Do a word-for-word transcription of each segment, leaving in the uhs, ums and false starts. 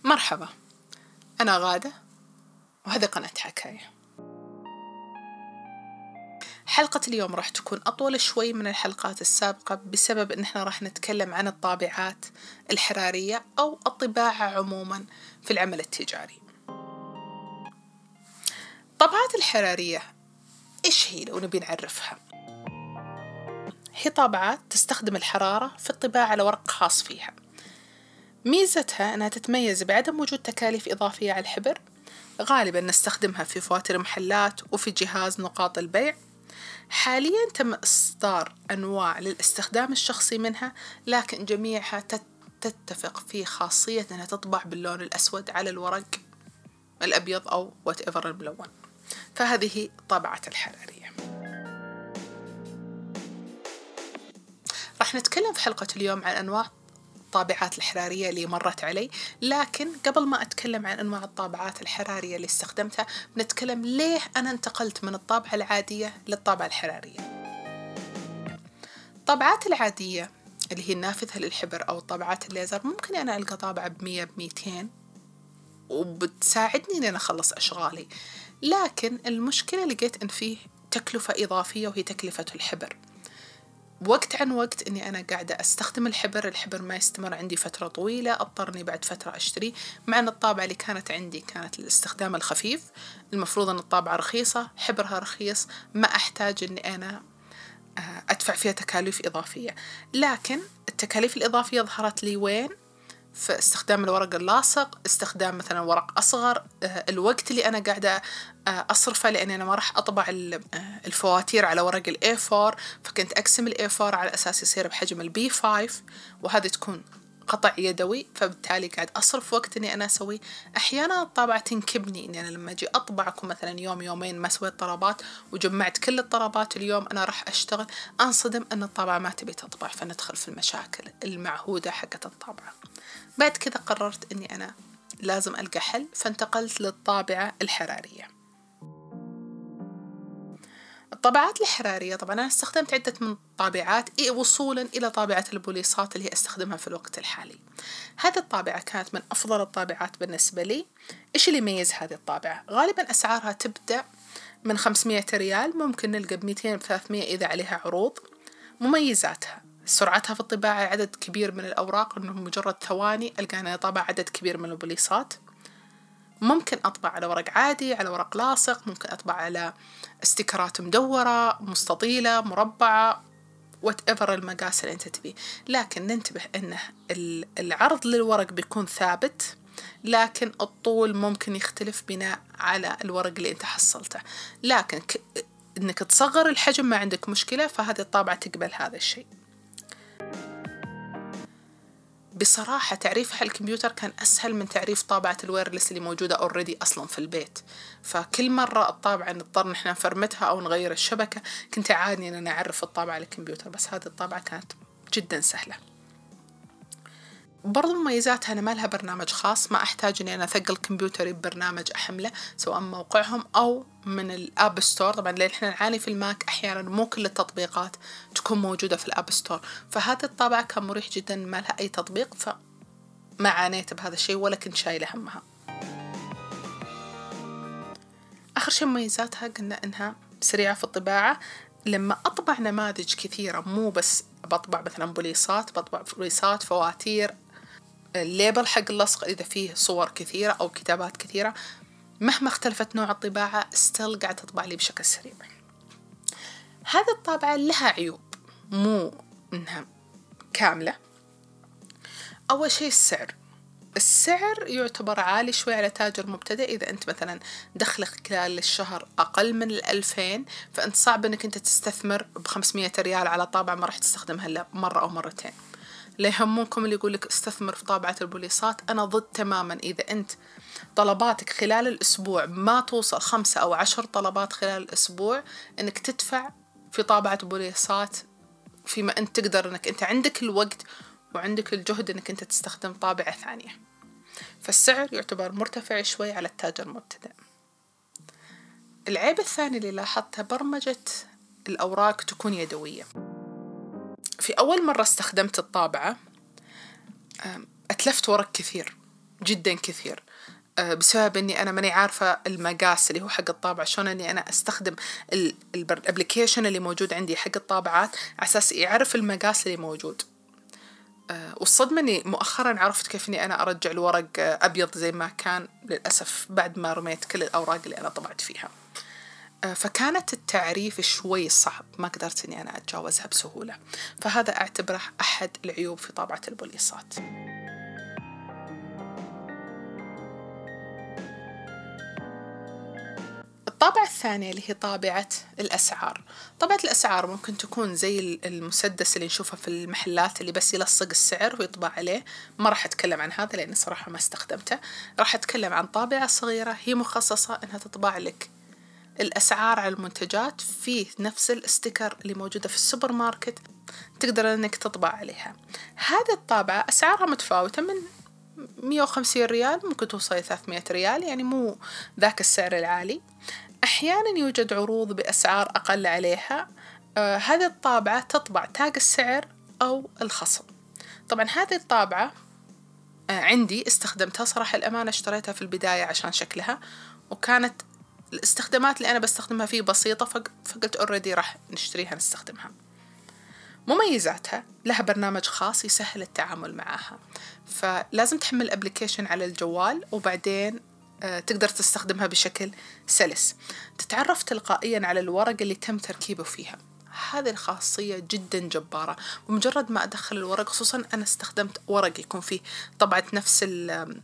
مرحبا، أنا غادة وهذا قناة حكاية. حلقة اليوم راح تكون أطول شوي من الحلقات السابقة بسبب إن إحنا راح نتكلم عن الطابعات الحرارية أو الطباعة عموما في العمل التجاري. الطابعات الحرارية إيش هي لو نبي نعرفها؟ هي طابعات تستخدم الحرارة في الطباعة على ورق خاص فيها. ميزتها أنها تتميز بعدم وجود تكاليف إضافية على الحبر. غالبا نستخدمها في فواتير محلات وفي جهاز نقاط البيع. حاليا تم إصدار أنواع للاستخدام الشخصي منها، لكن جميعها تتفق في خاصية أنها تطبع باللون الأسود على الورق الأبيض أو whatever الملون. فهذه الطابعات الحرارية. راح نتكلم في حلقة اليوم عن أنواع الطابعات الحرارية اللي مرت علي، لكن قبل ما أتكلم عن أنواع الطابعات الحرارية اللي استخدمتها بنتكلم ليه أنا انتقلت من الطابعة العادية للطابعة الحرارية. الطابعات العادية اللي هي النافذة للحبر أو الطابعات الليزر ممكن أنا ألقى طابعة بمية بميتين وبتساعدني أن أنا أخلص أشغالي، لكن المشكلة لقيت أن فيه تكلفة إضافية وهي تكلفة الحبر. وقت عن وقت أني أنا قاعدة أستخدم الحبر الحبر ما يستمر عندي فترة طويلة، أضطرني بعد فترة أشتري، مع أن الطابعة اللي كانت عندي كانت للاستخدام الخفيف. المفروض أن الطابعة رخيصة، حبرها رخيص، ما أحتاج أني أنا أدفع فيها تكاليف إضافية. لكن التكاليف الإضافية ظهرت لي وين؟ في استخدام الورق اللاصق، استخدام مثلا ورق أصغر، الوقت اللي أنا قاعدة أصرفه لأني أنا ما راح أطبع الفواتير على ورق ال إيه فور، فكنت أقسم ال إيه فور على أساس يصير بحجم ال بي فايف، وهذه تكون قطع يدوي، فبالتالي قاعد أصرف وقت إني أنا أسوي. أحيانا الطابعة تنكبني إني أنا لما أجي أطبعكم مثلا يوم يومين ما سويت طلبات وجمعت كل الطلبات اليوم أنا راح أشتغل، أنصدم أن الطابعة ما تبي تطبع، فندخل في المشاكل المعهودة حقت الطابعة. بعد كذا قررت إني أنا لازم ألقى حل، فانتقلت للطابعة الحرارية. الطابعات الحرارية طبعا أنا استخدمت عدة من الطابعات وصولا إلى طابعة البوليصات اللي هي أستخدمها في الوقت الحالي. هذه الطابعة كانت من أفضل الطابعات بالنسبة لي. إيش اللي يميز هذه الطابعة؟ غالبا أسعارها تبدأ من خمسمية ريال، ممكن نلقى بمئتين ثلاثمية إذا عليها عروض. مميزاتها سرعتها في الطباعة، عدد كبير من الأوراق، أنه مجرد ثواني ألقى طابع عدد كبير من البوليصات. ممكن أطبع على ورق عادي، على ورق لاصق، ممكن أطبع على استيكرات مدورة، مستطيلة، مربعة، whatever المقاس اللي أنت تبيه. لكن ننتبه أنه العرض للورق بيكون ثابت، لكن الطول ممكن يختلف بناء على الورق اللي أنت حصلته. لكن ك... أنك تصغر الحجم ما عندك مشكلة، فهذه الطابعة تقبل هذا الشيء. بصراحة تعريفها على الكمبيوتر كان أسهل من تعريف طابعة الويرلس اللي موجودة أوريدي أصلا في البيت، فكل مرة الطابعة نضطر نحن نفرمتها أو نغير الشبكة، كنت أعاني أن نعرف الطابعة على الكمبيوتر، بس هذه الطابعة كانت جدا سهلة. برضو مميزاتها أنا ما لها برنامج خاص، ما أحتاج أني أنا أثقل كمبيوتري ببرنامج أحمله سواء موقعهم أو من الأب ستور. طبعا لأن إحنا نعاني في الماك أحيانا مو كل التطبيقات تكون موجودة في الأب ستور، فهذه الطابعة كان مريح جدا، ما لها أي تطبيق، فما عانيت بهذا الشيء ولا كنت شايلة همها. آخر شيء مميزاتها قلنا إنها سريعة في الطباعة. لما أطبع نماذج كثيرة، مو بس بطبع مثلا بوليصات، بطبع بوليصات، فواتير، الليبل حق اللصق إذا فيه صور كثيرة أو كتابات كثيرة، مهما اختلفت نوع الطباعة ستيل قاعد تطبع لي بشكل سريع. هذه الطابعة لها عيوب، مو إنها كاملة. أول شيء السعر. السعر يعتبر عالي شوي على تاجر مبتدئ. إذا أنت مثلا دخلك خلال الشهر أقل من الألفين، فأنت صعب أنك أنت تستثمر بخمسمية ريال على طابعة ما راح تستخدمها إلا مرة أو مرتين. لا يهمكم اللي يقولك استثمر في طابعة البوليصات، أنا ضد تماما. إذا أنت طلباتك خلال الأسبوع ما توصل خمسة أو عشر طلبات خلال الأسبوع، أنك تدفع في طابعة بوليصات فيما أنت تقدر، أنك أنت عندك الوقت وعندك الجهد أنك أنت تستخدم طابعة ثانية. فالسعر يعتبر مرتفع شوي على التاجر المبتدئ. العيب الثاني اللي لاحظته برمجة الأوراق تكون يدوية. في أول مرة استخدمت الطابعة أتلفت ورق كثير، جدا كثير، بسبب اني انا ماني عارفه المقاس اللي هو حق الطابعه، شلون اني انا استخدم الابلكيشن اللي موجود عندي حق الطابعات على اساس يعرف المقاس اللي موجود. والصدمه اني مؤخرا عرفت كيف اني انا ارجع الورق ابيض زي ما كان، للاسف بعد ما رميت كل الاوراق اللي انا طبعت فيها. فكانت التعريف شوي صعب، ما قدرت اني انا اتجاوزها بسهوله، فهذا اعتبره احد العيوب في طابعه البوليصات. الطابعة الثانية اللي هي طابعة الأسعار. طابعة الأسعار ممكن تكون زي المسدس اللي نشوفه في المحلات اللي بس يلصق السعر ويطبع عليه. ما راح أتكلم عن هذا لأني صراحة ما استخدمته. راح أتكلم عن طابعة صغيرة هي مخصصة أنها تطبع لك الأسعار على المنتجات في نفس الاستيكر اللي موجودة في السوبر ماركت، تقدر أنك تطبع عليها. هذه الطابعة أسعارها متفاوتة من مية وخمسين ريال ممكن توصل ثلاثمية ريال، يعني مو ذاك السعر العالي. أحيانا يوجد عروض بأسعار أقل عليها. آه هذه الطابعة تطبع تاج السعر أو الخصم. طبعا هذه الطابعة آه عندي استخدمتها صراحة الأمانة، اشتريتها في البداية عشان شكلها، وكانت الاستخدامات اللي أنا بستخدمها فيه بسيطة، فقلت أوريدي راح نشتريها نستخدمها. مميزاتها لها برنامج خاص يسهل التعامل معها، فلازم تحمل أبليكيشن على الجوال وبعدين تقدر تستخدمها بشكل سلس. تتعرف تلقائيا على الورق اللي تم تركيبه فيها. هذه الخاصية جدا جبارة، بمجرد ما أدخل الورق، خصوصا أنا استخدمت ورق يكون فيه طبعة نفس ال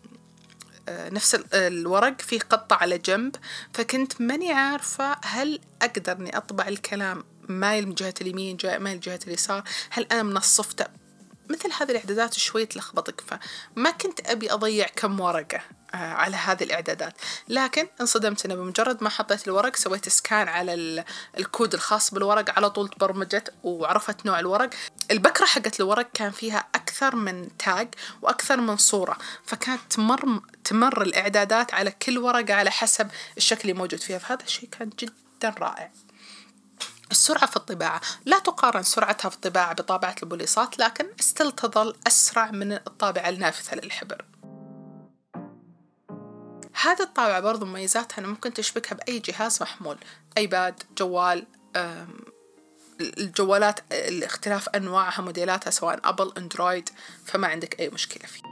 نفس الورق فيه قطة على جنب، فكنت ماني عارفة هل أقدر أني أطبع الكلام مايل من جهة اليمين مايل من جهة اليسار، هل أنا منصفته، مثل هذه الإعدادات شوي تلخبطك. فما كنت أبي أضيع كم ورقة على هذه الإعدادات، لكن انصدمت أنه بمجرد ما حطيت الورق سويت سكان على الكود الخاص بالورق، على طول تبرمجت وعرفت نوع الورق. البكرة حقت الورق كان فيها أكثر من تاج وأكثر من صورة، فكانت تمر تمر الإعدادات على كل ورقة على حسب الشكل اللي موجود فيها، فهذا الشيء كان جدا رائع. السرعة في الطباعة لا تقارن سرعتها في الطباعة بطابعة البوليصات، لكن استل تظل أسرع من الطابعة النافذة للحبر. هذه الطابعة برضو مميزاتها أنه ممكن تشبكها بأي جهاز محمول، أيباد، جوال، الجوالات الاختلاف أنواعها موديلاتها سواء أبل أندرويد، فما عندك أي مشكلة فيه.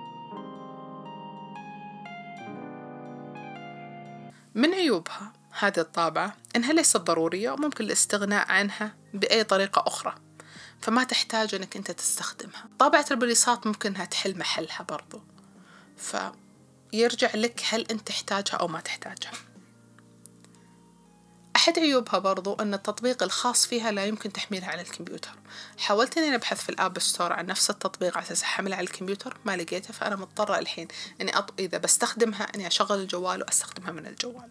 من عيوبها هذه الطابعة إنها ليست ضرورية وممكن الاستغناء عنها بأي طريقة أخرى، فما تحتاج أنك أنت تستخدمها. طابعة البوليصات ممكن أنها تحل محلها برضو، فيرجع لك هل أنت تحتاجها أو ما تحتاجها. أحد عيوبها برضو أن التطبيق الخاص فيها لا يمكن تحميلها على الكمبيوتر. حاولت أني أبحث في الآب ستور عن نفس التطبيق على أساس أحملها على الكمبيوتر، ما لقيته، فأنا مضطرة الحين أني أط... إذا بستخدمها أني أشغل الجوال وأستخدمها من الجوال.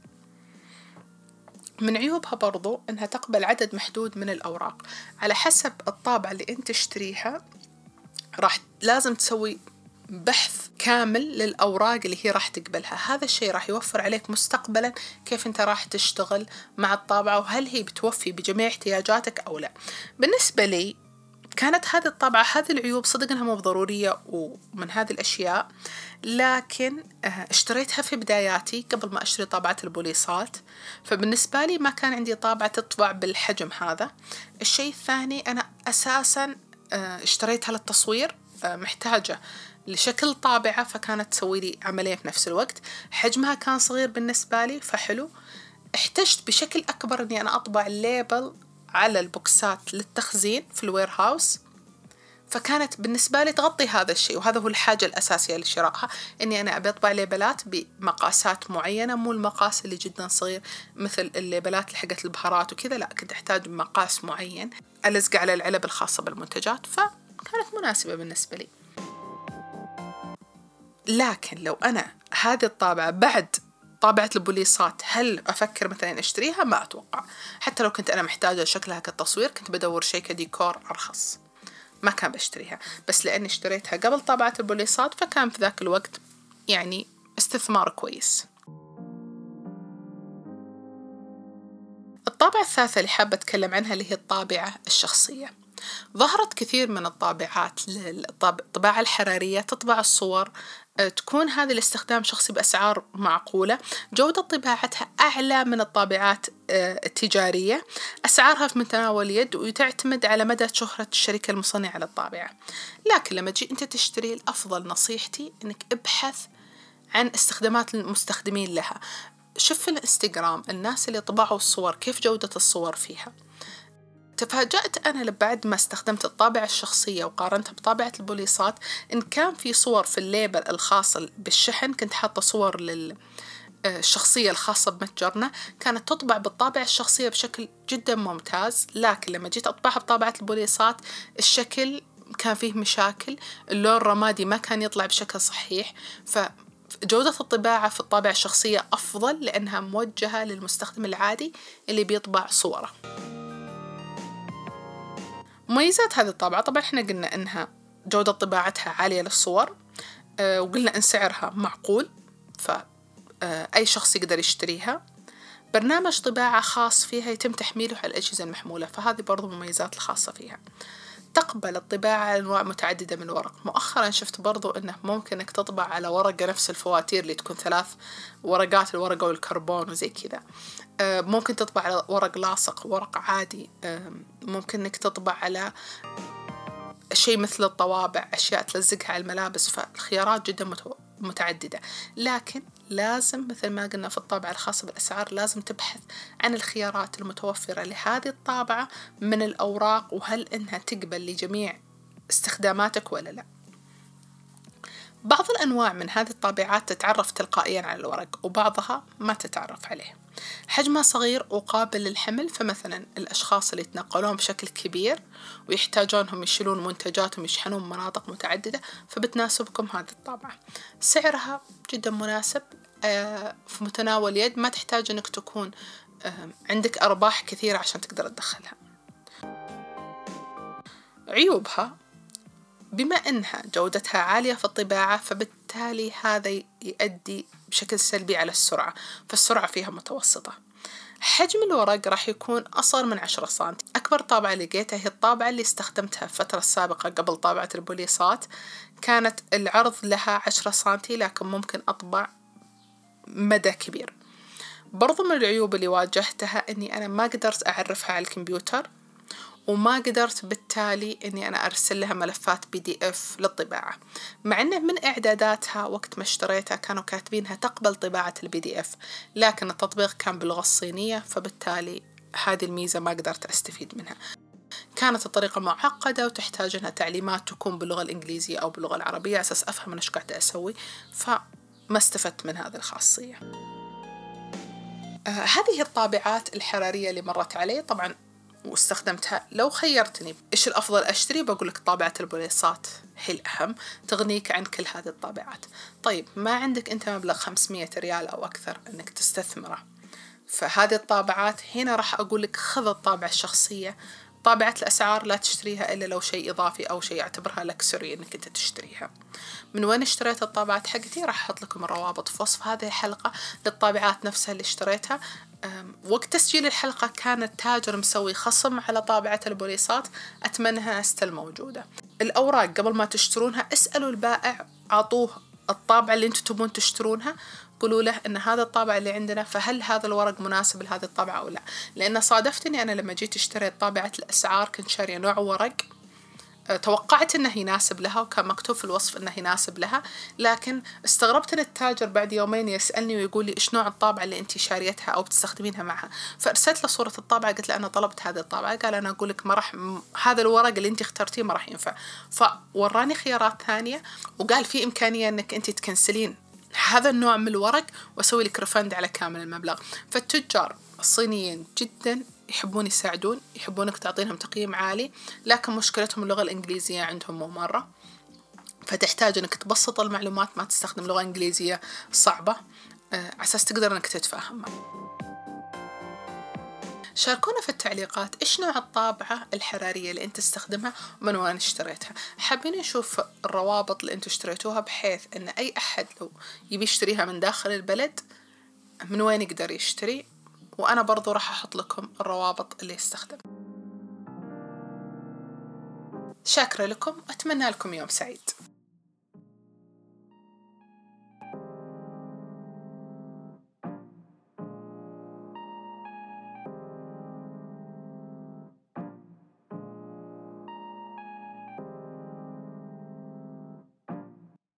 من عيوبها برضو أنها تقبل عدد محدود من الأوراق، على حسب الطابعة اللي أنت تشتريها راح لازم تسوي بحث كامل للأوراق اللي هي راح تقبلها. هذا الشيء راح يوفر عليك مستقبلا كيف أنت راح تشتغل مع الطابعة وهل هي بتوفي بجميع احتياجاتك أو لا. بالنسبة لي كانت هذه الطابعة هذه العيوب صدق أنها مو ضرورية ومن هذه الأشياء، لكن اشتريتها في بداياتي قبل ما أشتري طابعة البوليصات، فبالنسبة لي ما كان عندي طابعة تطبع بالحجم هذا. الشيء الثاني أنا أساسا اشتريتها للتصوير، محتاجة لشكل طابعة، فكانت تسوي لي عملية في نفس الوقت. حجمها كان صغير بالنسبة لي فحلو. احتجت بشكل أكبر أني أنا أطبع الليبل على البوكسات للتخزين في الوير هاوس، فكانت بالنسبة لي تغطي هذا الشيء، وهذا هو الحاجة الأساسية لشرائها، أني أنا أبي أطبع ليبلات بمقاسات معينة، مو المقاس اللي جدا صغير مثل الليبلات اللي حقت البهارات وكذا، لا كنت أحتاج مقاس معين ألزق على العلب الخاصة بالمنتجات، فكانت مناسبة بالنسبة لي. لكن لو أنا هذه الطابعة بعد طابعة البوليصات هل أفكر مثلا أشتريها؟ ما أتوقع. حتى لو كنت أنا محتاجة شكلها كتصوير كنت بدور شيء كديكور أرخص، ما كان بشتريها. بس لأني اشتريتها قبل طابعة البوليصات فكان في ذاك الوقت يعني استثمار كويس. الطابعة الثالثة اللي حابة أتكلم عنها اللي هي الطابعة الشخصية. ظهرت كثير من الطابعات للطباعة الحرارية تطبع الصور تكون هذه الاستخدام شخصي بأسعار معقولة، جودة طباعتها أعلى من الطابعات التجارية، أسعارها في متناول اليد، وتعتمد على مدى شهرة الشركة المصنعة للطابعة. لكن لما تجي أنت تشتري، الأفضل نصيحتي أنك ابحث عن استخدامات المستخدمين لها. شوف في الانستغرام الناس اللي طبعوا الصور كيف جودة الصور فيها. تفاجأت أنا بعد ما استخدمت الطابعة الشخصية وقارنتها بطابعة البوليصات، إن كان في صور في الليبل الخاص بالشحن، كنت حاطة صور للشخصية الخاصة بمتجرنا، كانت تطبع بالطابعة الشخصية بشكل جدا ممتاز، لكن لما جيت أطبعها بطابعة البوليصات الشكل كان فيه مشاكل، اللون الرمادي ما كان يطلع بشكل صحيح. فجودة الطباعة في الطابعة الشخصية أفضل لأنها موجهة للمستخدم العادي اللي بيطبع صوره. مميزات هذه الطابعة، طبعا احنا قلنا انها جودة طباعتها عالية للصور، أه وقلنا ان سعرها معقول، فأي شخص يقدر يشتريها. برنامج طباعة خاص فيها يتم تحميله على الأجهزة المحمولة، فهذه برضو مميزات الخاصة فيها. تقبل الطباعة على أنواع متعددة من الورق. مؤخرا شفت برضو أنه ممكن أنك تطبع على ورقة نفس الفواتير اللي تكون ثلاث ورقات، الورقة والكربون وزي كذا. ممكن تطبع على ورق لاصق، ورق عادي، ممكن أنك تطبع على شيء مثل الطوابع، أشياء تلزقها على الملابس، فالخيارات جدا متعددة. لكن لازم مثل ما قلنا في الطابعة الخاصة بالأسعار لازم تبحث عن الخيارات المتوفرة لهذه الطابعة من الأوراق، وهل إنها تقبل لجميع استخداماتك ولا لا. بعض الأنواع من هذه الطابعات تتعرف تلقائيا على الورق، وبعضها ما تتعرف عليه. حجمها صغير وقابل للحمل، فمثلا الأشخاص اللي يتنقلون بشكل كبير ويحتاجونهم يشيلون منتجاتهم يشحنون مناطق متعددة، فبتناسبكم هذه الطابعة. سعرها جدا مناسب، في متناول يد، ما تحتاج أنك تكون عندك أرباح كثيرة عشان تقدر تدخلها. عيوبها، بما أنها جودتها عالية في الطباعة، فبالتالي هذا يؤدي بشكل سلبي على السرعة، فالسرعة فيها متوسطة. حجم الورق راح يكون أصغر من عشرة سنتي. أكبر طابعة لقيتها هي الطابعة اللي استخدمتها في الفترة السابقة قبل طابعة البوليصات، كانت العرض لها عشرة سنتي، لكن ممكن أطبع مدى كبير. برضو من العيوب اللي واجهتها أني أنا ما قدرت أعرفها على الكمبيوتر، وما قدرت بالتالي أني أنا أرسل لها ملفات بي دي إف للطباعة، مع أنه من إعداداتها وقت ما اشتريتها كانوا كاتبينها تقبل طباعة البي دي إف، لكن التطبيق كان باللغة الصينية، فبالتالي هذه الميزة ما قدرت أستفيد منها. كانت الطريقة معقدة وتحتاج أنها تعليمات تكون باللغة الإنجليزية أو باللغة العربية على أساس أفهم أنا إيش قاعدة أسوي، فما استفدت من هذه الخاصية. آه هذه الطابعات الحرارية اللي مرت علي طبعا واستخدمتها. لو خيرتني إيش الأفضل أشتري، بقولك طابعة البوليصات هي الأهم، تغنيك عن كل هذه الطابعات. طيب ما عندك أنت مبلغ خمسمية ريال أو أكثر أنك تستثمره، فهذه الطابعات هنا راح أقولك خذ الطابعة الشخصية. طابعة الأسعار لا تشتريها إلا لو شيء إضافي أو شيء أعتبرها لكسوري إنك أنت تشتريها. من وين اشتريت الطابعات حقتي راح أحط لكم الروابط في وصف هذه الحلقة للطابعات نفسها اللي اشتريتها. وقت تسجيل الحلقة كان التاجر مسوي خصم على طابعة البوليصات، أتمنى ستيل موجودة. الأوراق قبل ما تشترونها اسألوا البائع، عطوه الطابعة اللي انتم تبون تشترونها، قولوا له إن هذا الطابع اللي عندنا، فهل هذا الورق مناسب لهذه الطابعة أو لا. لأن صادفتني أنا لما جيت اشتريت طابعة الأسعار كنت شارية نوع ورق توقعت أنه يناسب لها، وكان مكتوب في الوصف أنه يناسب لها، لكن استغربت أن التاجر بعد يومين يسألني ويقول لي إيش نوع الطابعة اللي أنت شاريتها أو بتستخدمينها معها. فأرسلت له صورة الطابعة، قلت له أنا طلبت هذه الطابعة، قال أنا أقول لك ما راح، هذا الورق اللي أنت اخترتيه ما راح ينفع. فوراني خيارات ثانية وقال في إمكانية أنك أنت تكنسلين هذا النوع من الورق وأسوي لك ريفند على كامل المبلغ. فالتجار الصينيين جدا يحبون يساعدون، يحبونك تعطينهم تقييم عالي، لكن مشكلتهم اللغة الإنجليزية عندهم مو مرة، فتحتاج أنك تبسط المعلومات، ما تستخدم لغة إنجليزية صعبة على أساس تقدر أنك تتفاهم. شاركونا في التعليقات إيش نوع الطابعة الحرارية اللي أنت تستخدمها ومن وين اشتريتها. حابين نشوف الروابط اللي أنتوا اشتريتوها، بحيث أن أي أحد لو يبي يشتريها من داخل البلد من وين يقدر يشتري، وأنا برضو راح أحط لكم الروابط اللي استخدم. شاكرة لكم، أتمنى لكم يوم سعيد.